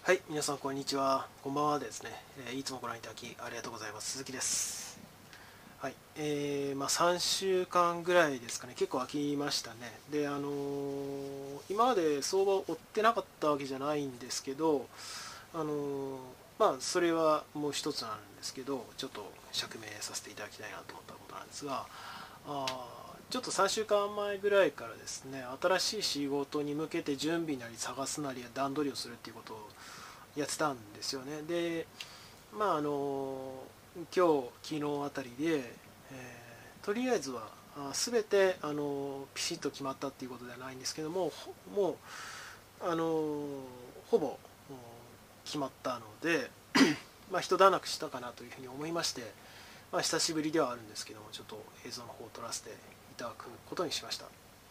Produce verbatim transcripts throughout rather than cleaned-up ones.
はい、皆さんこんにちは。こんばんはですね。えーいつもご覧いただきありがとうございます。鈴木です。はい、えー、まあさんしゅうかんぐらいですかね。結構空きましたね。で、あのー今まで相場を追ってなかったわけじゃないんですけど、あのーまあそれはもう一つなんですけど、ちょっと釈明させていただきたいなと思ったことなんですが、あーちょっとさんしゅうかんまえぐらいからですね、新しい仕事に向けて準備なり探すなり段取りをするっていうことをやってたんですよね。で、まああの今日昨日あたりで、えーとりあえずはあ全てあのピシッと決まったっていうことではないんですけども、もうあのほぼ決まったので、まあ一段落したかなというふうに思いまして、まあ、久しぶりではあるんですけども、ちょっと映像の方を撮らせていただくことにしました。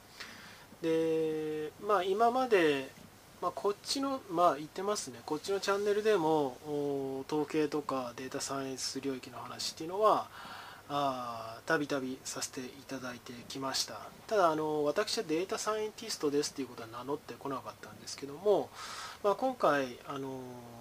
で、まあ今まで、まあ、こっちの、まあ言ってますね、こっちのチャンネルでも統計とかデータサイエンス領域の話っていうのはたびたびさせていただいてきました。ただあの私はデータサイエンティストですっていうことは名乗ってこなかったんですけども、まあ、今回あの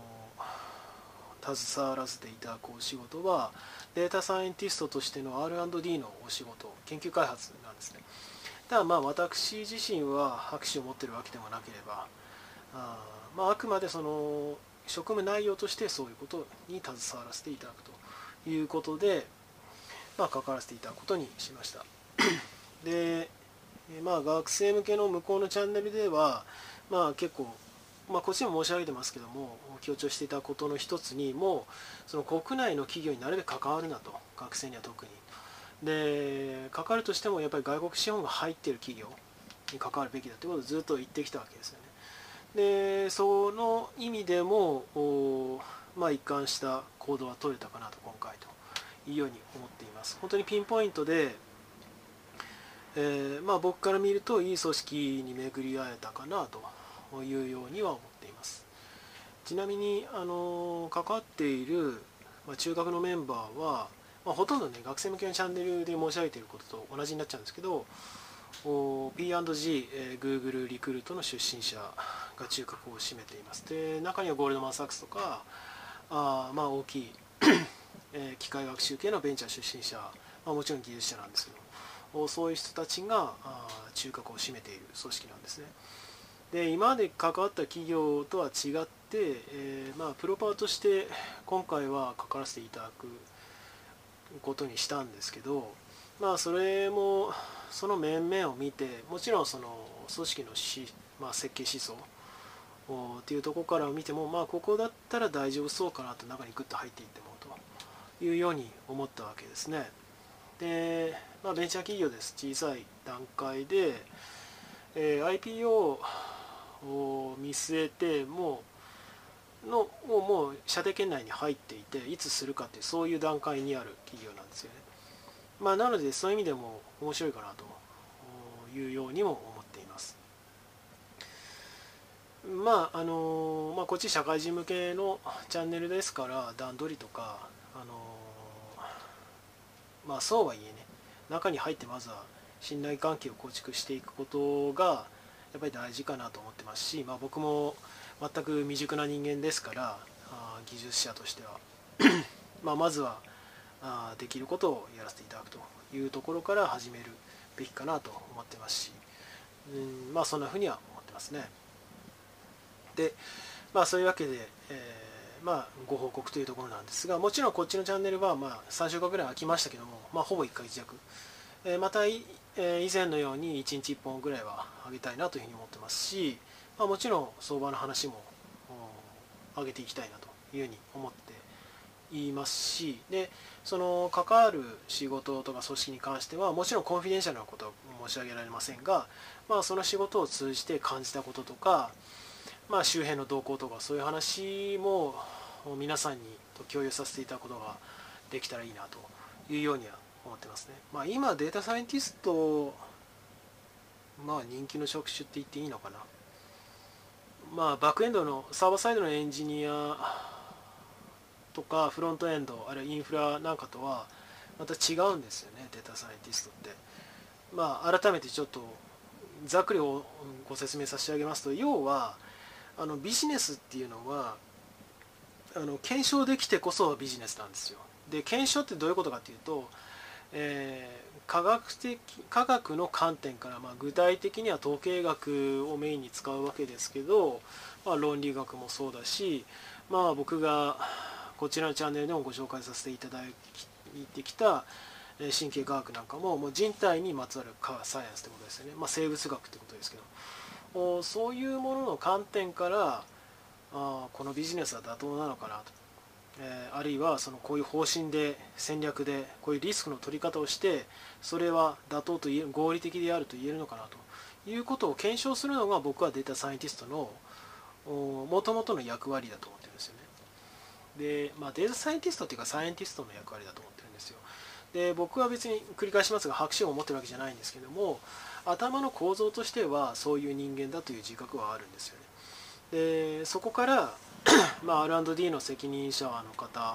携わらせていただくお仕事はデータサイエンティストとしての アールアンドディー のお仕事、研究開発なんですね。ただまあ私自身は博士を持っているわけでもなければ、あ,、まあ、あくまでその職務内容としてそういうことに携わらせていただくということで、まあ、関わらせていただくことにしました。で、まあ、学生向けの向こうのチャンネルでは、まあ、結構、まあ、こっちも申し上げてますけども、強調していたことの一つにも、その国内の企業になるべく関わるなと、学生には特に。で、関わるとしてもやっぱり外国資本が入っている企業に関わるべきだということをずっと言ってきたわけですよね。で、その意味でも、まあ、一貫した行動は取れたかなと今回というように思っています。本当にピンポイントで、えーまあ、僕から見るといい組織に巡り会えたかなというようには思っています。ちなみにあの関わっている、まあ、中核のメンバーは、まあ、ほとんどね学生向けのチャンネルで申し上げていることと同じになっちゃうんですけど、 ピーアンドジー、えー、Google リクルートの出身者が中核を占めています。で、中にはゴールドマン・サックスとかあまあ大きいえー機械学習系のベンチャー出身者、まあ、もちろん技術者なんですけど、そういう人たちがあ中核を占めている組織なんですね。で、今まで関わった企業とは違って、えーまあ、プロパーとして今回は関わらせていただくことにしたんですけど、まあそれもその面々を見て、もちろんその組織のし、まあ、設計思想っていうところから見ても、まあここだったら大丈夫そうかなと、中にグッと入っていってもというように思ったわけですね。で、まあ、ベンチャー企業です。小さい段階で、えー、アイピーオー を見据えてもうのもうもう射程圏内に入っていて、いつするかっていうそういう段階にある企業なんですよね。まあ、なのでそういう意味でも面白いかなというようにも思っています。まああのまあ、こっち社会人向けのチャンネルですから段取りとか、あのまあそうはいえね、中に入ってまずは信頼関係を構築していくことがやっぱり大事かなと思ってますし、まあ、僕も全く未熟な人間ですから、あ技術者としてはまあまずはあできることをやらせていただくというところから始めるべきかなと思ってますし、うん、まあそんなふうには思ってますね。で、まあそういうわけで、えーまあご報告というところなんですが、もちろんこっちのチャンネルはまあさんしゅうかんぐらい空きましたけども、まあほぼいっかげつ弱、えーまたい、えー以前のようにいちにちいっぽんぐらいは上げたいなというふうに思ってますし、まあ、もちろん相場の話も上げていきたいなというふうに思って言いますし、でその関わる仕事とか組織に関してはもちろんコンフィデンシャルなことは申し上げられませんが、まあ、その仕事を通じて感じたこととか、まあ、周辺の動向とかそういう話も皆さんに共有させていただくことができたらいいなというようには思ってますね。まあ、今データサイエンティスト、まあ、人気の職種って言っていいのかな。まあ、バックエンドのサーバーサイドのエンジニアとかフロントエンドあるいはインフラなんかとはまた違うんですよね、データサイエンティストって。まあ改めてちょっとざっくりご説明させてあげますと、要はあのビジネスっていうのはあの検証できてこそビジネスなんですよ。で検証ってどういうことかっていうと、えー科学的科学の観点から、まあ、具体的には統計学をメインに使うわけですけど、まあ、論理学もそうだし、まあ、僕がこちらのチャンネルでもご紹介させていただいてきた神経科学なんかも、もう人体にまつわるサイエンスってことですよね、まあ、生物学ってことですけど、そういうものの観点からあこのビジネスは妥当なのかなと、えー、あるいはそのこういう方針で戦略でこういうリスクの取り方をしてそれは妥当と言える合理的であると言えるのかなということを検証するのが僕はデータサイエンティストのもともとの役割だと思ってるんですよね。で、まあ、データサイエンティストっていうかサイエンティストの役割だと思ってるんですよ。で僕は別に繰り返しますが博士号を持ってるわけじゃないんですけども、頭の構造としてはそういう人間だという自覚はあるんですよね。でそこからまあ、アールアンドディー の責任者の方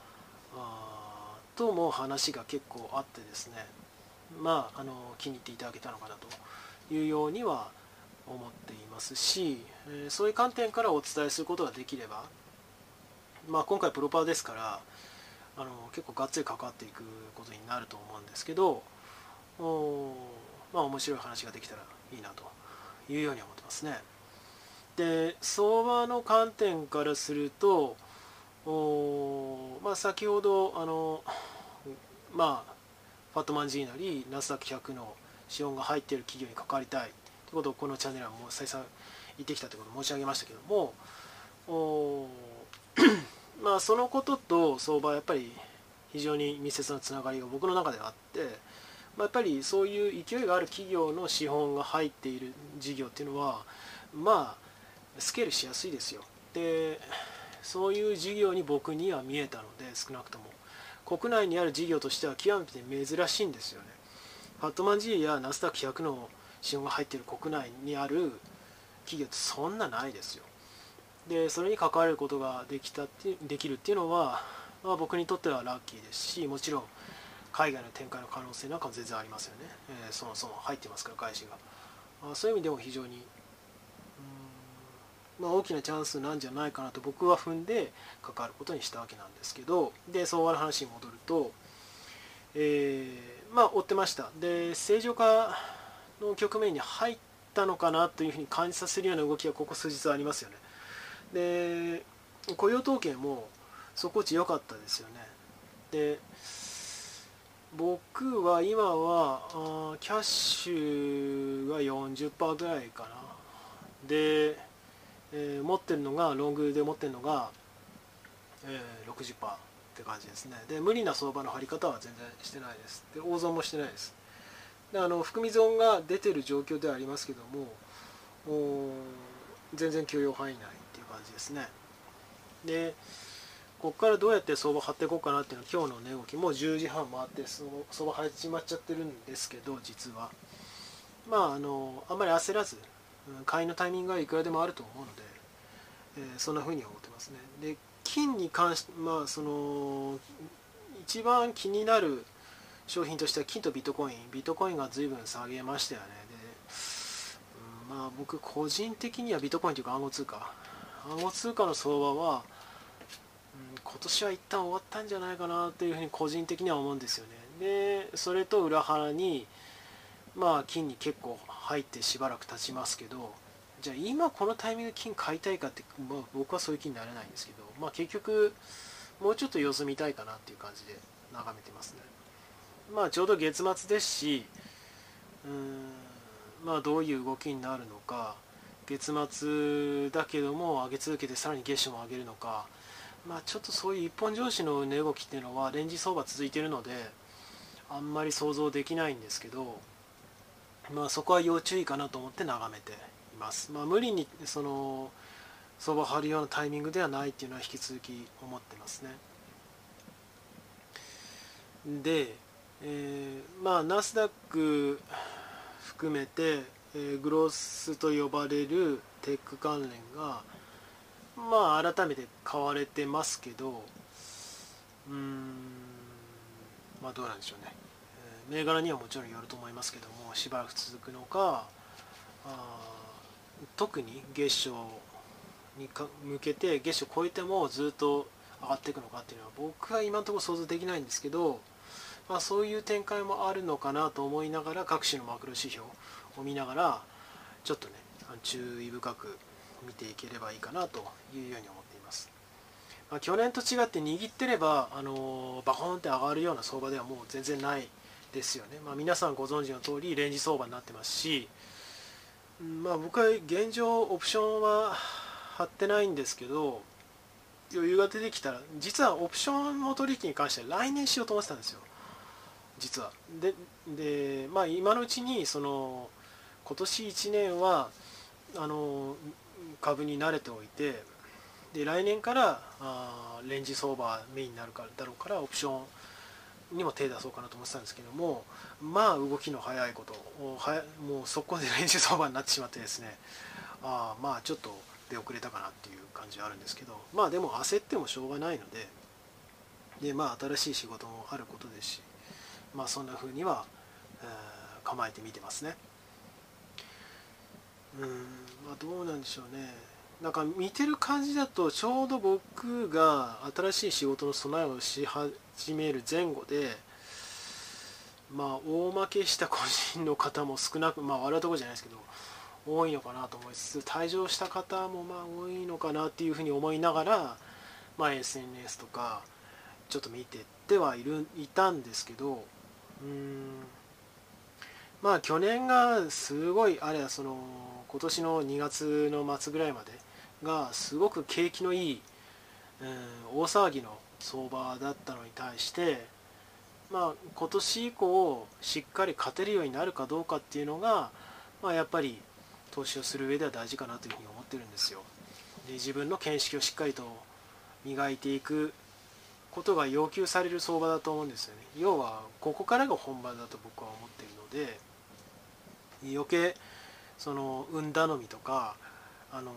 とも話が結構あってですね、まあ、あの気に入っていただけたのかなというようには思っていますし、そういう観点からお伝えすることができれば、まあ、今回プロパーですからあの結構がっつり関わっていくことになると思うんですけど、まあ面白い話ができたらいいなというように思ってますね。で相場の観点からすると、まあ、先ほどあの、まあ、ファットマン G なりナスダックひゃくの資本が入っている企業に関わりたいということをこのチャンネルはもう再三言ってきたということを申し上げましたけども、まあそのことと相場はやっぱり非常に密接なつながりが僕の中ではあって、まあ、やっぱりそういう勢いがある企業の資本が入っている事業っていうのはまあスケールしやすいですよ。でそういう事業に僕には見えたので、少なくとも国内にある事業としては極めて珍しいんですよね。ファットマン G やナスダックひゃくの資本が入っている国内にある企業ってそんなないですよ。でそれに関わることができたってできるっていうのは、まあ、僕にとってはラッキーですし、もちろん海外の展開の可能性なんかも全然ありますよね、えー、そもそも入ってますから外資が、まあ、そういう意味でも非常にまあ、大きなチャンスなんじゃないかなと僕は踏んで関わることにしたわけなんですけど、で相場の話に戻ると、えー、まあ追ってました。で正常化の局面に入ったのかなというふうに感じさせるような動きがここ数日ありますよね。で雇用統計も底地良かったですよね。で僕は今はあキャッシュが よんじゅっパーセント ぐらいかな。でえー、持ってるのがロングで持ってるのが、えー、ろくじゅっパーセント って感じですね。で無理な相場の張り方は全然してないです。で大損もしてないです。であの含み損が出てる状況ではありますけども全然許容範囲内っていう感じですね。でここからどうやって相場張っていこうかなっていうのは今日の値動きもうじゅうじはん回って相場始まっちゃってるんですけど、実はまああのあんまり焦らず買いのタイミングはいくらでもあると思うので、えー、そんな風に思ってますね。で金に関して、まあ、その一番気になる商品としては金とビットコインビットコインが随分下げましたよね。で、うん、まあ僕個人的にはビットコインというか暗号通貨暗号通貨の相場は、うん、今年は一旦終わったんじゃないかなというふうに個人的には思うんですよね。でそれと裏腹にまあ金に結構入ってしばらく経ちますけど、じゃあ今このタイミングで金買いたいかって、まあ、僕はそういう気になれないんですけど、まあ、結局もうちょっと様子見たいかなっていう感じで眺めてますね。まあちょうど月末ですし、うーんまあどういう動きになるのか、月末だけども上げ続けてさらに月初も上げるのか、まあちょっとそういう一本上司の値動きっていうのはレンジ相場続いているのであんまり想像できないんですけど、まあ、そこは要注意かなと思って眺めています。まあ、無理にその相場張るようなタイミングではないっていうのは引き続き思ってますね。で、えー、まあナスダック含めて、えー、グロースと呼ばれるテック関連がまあ改めて買われてますけど、うーんまあどうなんでしょうね。銘柄にはもちろんよると思いますけども、しばらく続くのか、あ特に月初にか向けて月初超えてもずっと上がっていくのかっていうのは僕は今のところ想像できないんですけど、まあ、そういう展開もあるのかなと思いながら各種のマクロ指標を見ながらちょっとね注意深く見ていければいいかなというように思っています。まあ、去年と違って握ってればあのバコーンって上がるような相場ではもう全然ないですよね。まあ、皆さんご存知の通りレンジ相場になってますし、まあ、僕は現状オプションは張ってないんですけど、余裕が出てきたら実はオプションの取引に関しては来年しようと思ってたんですよ実は。でで、まあ、今のうちにその今年いちねんはあの株に慣れておいて、で来年からあレンジ相場メインになるからだろうからオプションにも手出そうかなと思ってたんですけども、まあ動きの早いことはもう速攻でレンジ相場になってしまってですね、あまあちょっと出遅れたかなっていう感じはあるんですけど、まあでも焦ってもしょうがないので、でまあ新しい仕事もあることですし、まあそんな風には、えー、構えてみてますね。うん、まあどうなんでしょうね。なんか見てる感じだとちょうど僕が新しい仕事の備えをし始める前後で、まあ大負けした個人の方も少なく、まあ笑うところじゃないですけど多いのかなと思いつつ、退場した方もまあ多いのかなっていうふうに思いながら、まあ、エスエヌエス とかちょっと見てってはいるいたんですけど、うーんまあ去年がすごいあれはその今年のにがつの末ぐらいまでがすごく景気のいい、うん、大騒ぎの相場だったのに対して、まあ、今年以降しっかり勝てるようになるかどうかっていうのが、まあ、やっぱり投資をする上では大事かなというふうに思ってるんですよ。で自分の見識をしっかりと磨いていくことが要求される相場だと思うんですよね。要はここからが本番だと僕は思っているので、余計その運頼みとかあの、うん、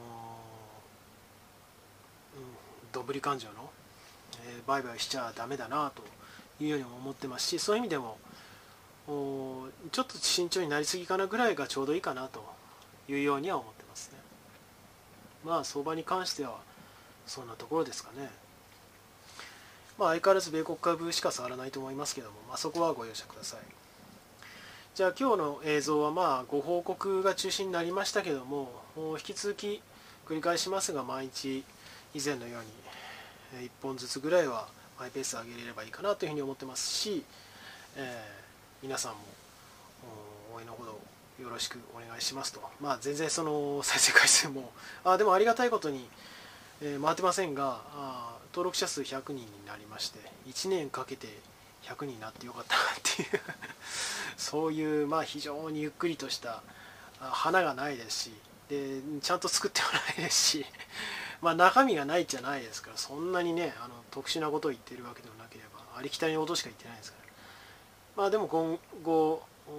どぶり勘定の、えー、売買しちゃダメだなというようにも思ってますし、そういう意味でもちょっと慎重になりすぎかなぐらいがちょうどいいかなというようには思ってますね。まあ相場に関してはそんなところですかね。まあ相変わらず米国株しか触らないと思いますけども、まあ、そこはご容赦ください。じゃあ今日の映像はまあご報告が中心になりましたけども、引き続き繰り返しますが毎日以前のようにいっぽんずつぐらいはマイペース上げれればいいかなというふうに思ってますし、えー、皆さんも応援のほどよろしくお願いしますと。まあ全然その再生回数もあでもありがたいことに、えー、回ってませんが、あ登録者数ひゃくにんになりましていちねんかけてひゃくにんになってよかったなっていうそういうまあ非常にゆっくりとした花がないですし、でちゃんと作ってもないですしまあ中身がないじゃないですから、そんなにねあの特殊なことを言っているわけでもなければありきたりのことしか言ってないですから、まあでも今後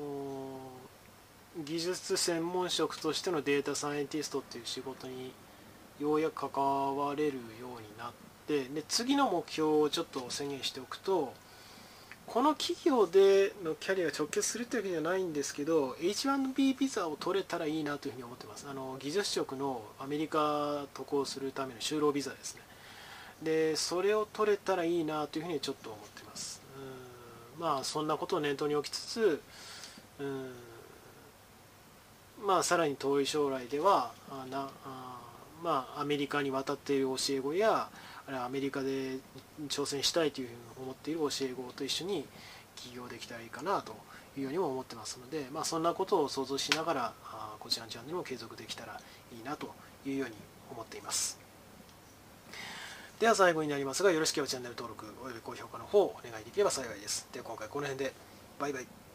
技術専門職としてのデータサイエンティストっていう仕事にようやく関われるようになって、で次の目標をちょっと宣言しておくと、この企業でのキャリアが直結するというわけではないんですけど エイチワンビー ビザを取れたらいいなというふうに思ってます。あの技術職のアメリカ渡航するための就労ビザですね。でそれを取れたらいいなというふうにちょっと思ってます。うんまあそんなことを念頭に置きつつ、うんまあさらに遠い将来ではあなあまあアメリカに渡っている教え子やあれアメリカで挑戦したいというふうに思っている教え子と一緒に起業できたらいいかなというようにも思ってますので、まあ、そんなことを想像しながらあこちらのチャンネルも継続できたらいいなというように思っています。では最後になりますが、よろしければチャンネル登録および高評価の方をお願いできれば幸いです。では今回この辺でバイバイ。